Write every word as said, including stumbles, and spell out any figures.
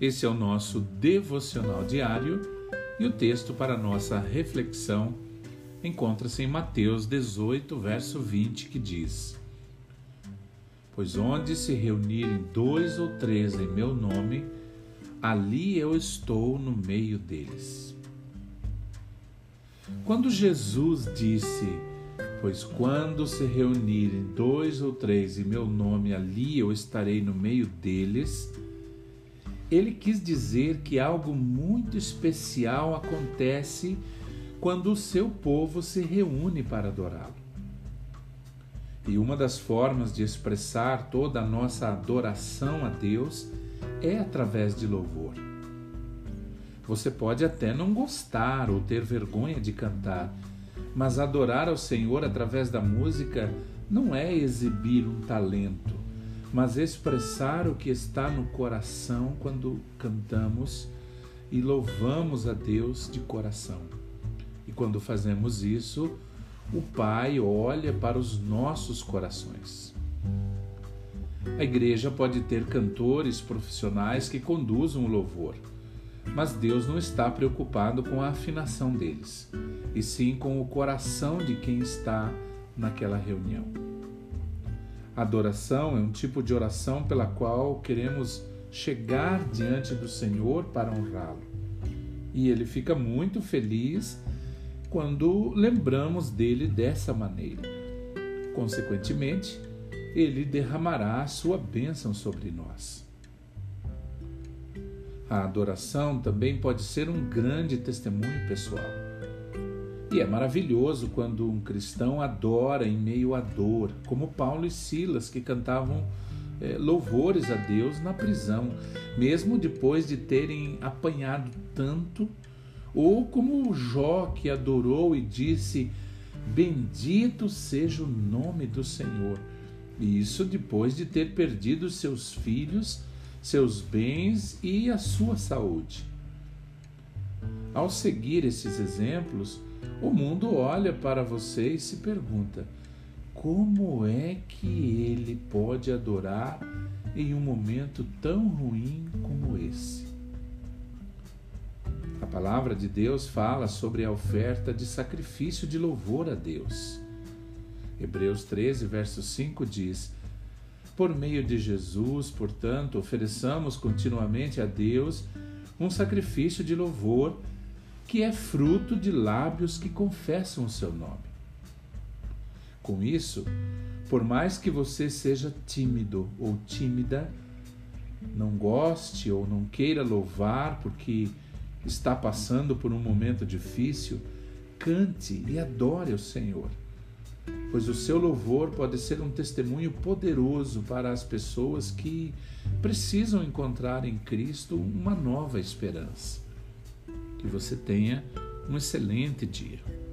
Esse é o nosso devocional diário e o texto para a nossa reflexão encontra-se em Mateus dezoito, verso vinte, que diz: Pois onde se reunirem dois ou três em meu nome, ali eu estou no meio deles. Quando Jesus disse, pois quando se reunirem dois ou três em meu nome, ali eu estarei no meio deles, ele quis dizer que algo muito especial acontece quando o seu povo se reúne para adorá-lo. E uma das formas de expressar toda a nossa adoração a Deus é através de louvor. Você pode até não gostar ou ter vergonha de cantar, mas adorar ao Senhor através da música não é exibir um talento, mas expressar o que está no coração quando cantamos e louvamos a Deus de coração. E quando fazemos isso, o Pai olha para os nossos corações. A igreja pode ter cantores profissionais que conduzam o louvor, mas Deus não está preocupado com a afinação deles, e sim com o coração de quem está naquela reunião. A adoração é um tipo de oração pela qual queremos chegar diante do Senhor para honrá-lo. E Ele fica muito feliz quando lembramos dele dessa maneira. Consequentemente, Ele derramará a sua bênção sobre nós. A adoração também pode ser um grande testemunho pessoal. E é maravilhoso quando um cristão adora em meio à dor, como Paulo e Silas, que cantavam é, louvores a Deus na prisão, mesmo depois de terem apanhado tanto, ou como Jó, que adorou e disse: Bendito seja o nome do Senhor. E isso depois de ter perdido seus filhos, seus bens e a sua saúde. Ao seguir esses exemplos, o mundo olha para você e se pergunta: como é que ele pode adorar em um momento tão ruim como esse? A palavra de Deus fala sobre a oferta de sacrifício de louvor a Deus. Hebreus treze, verso cinco diz: Por meio de Jesus, portanto, ofereçamos continuamente a Deus um sacrifício de louvor, que é fruto de lábios que confessam o seu nome. Com isso, por mais que você seja tímido ou tímida, não goste ou não queira louvar porque está passando por um momento difícil, cante e adore o Senhor, pois o seu louvor pode ser um testemunho poderoso para as pessoas que precisam encontrar em Cristo uma nova esperança. Que você tenha um excelente dia.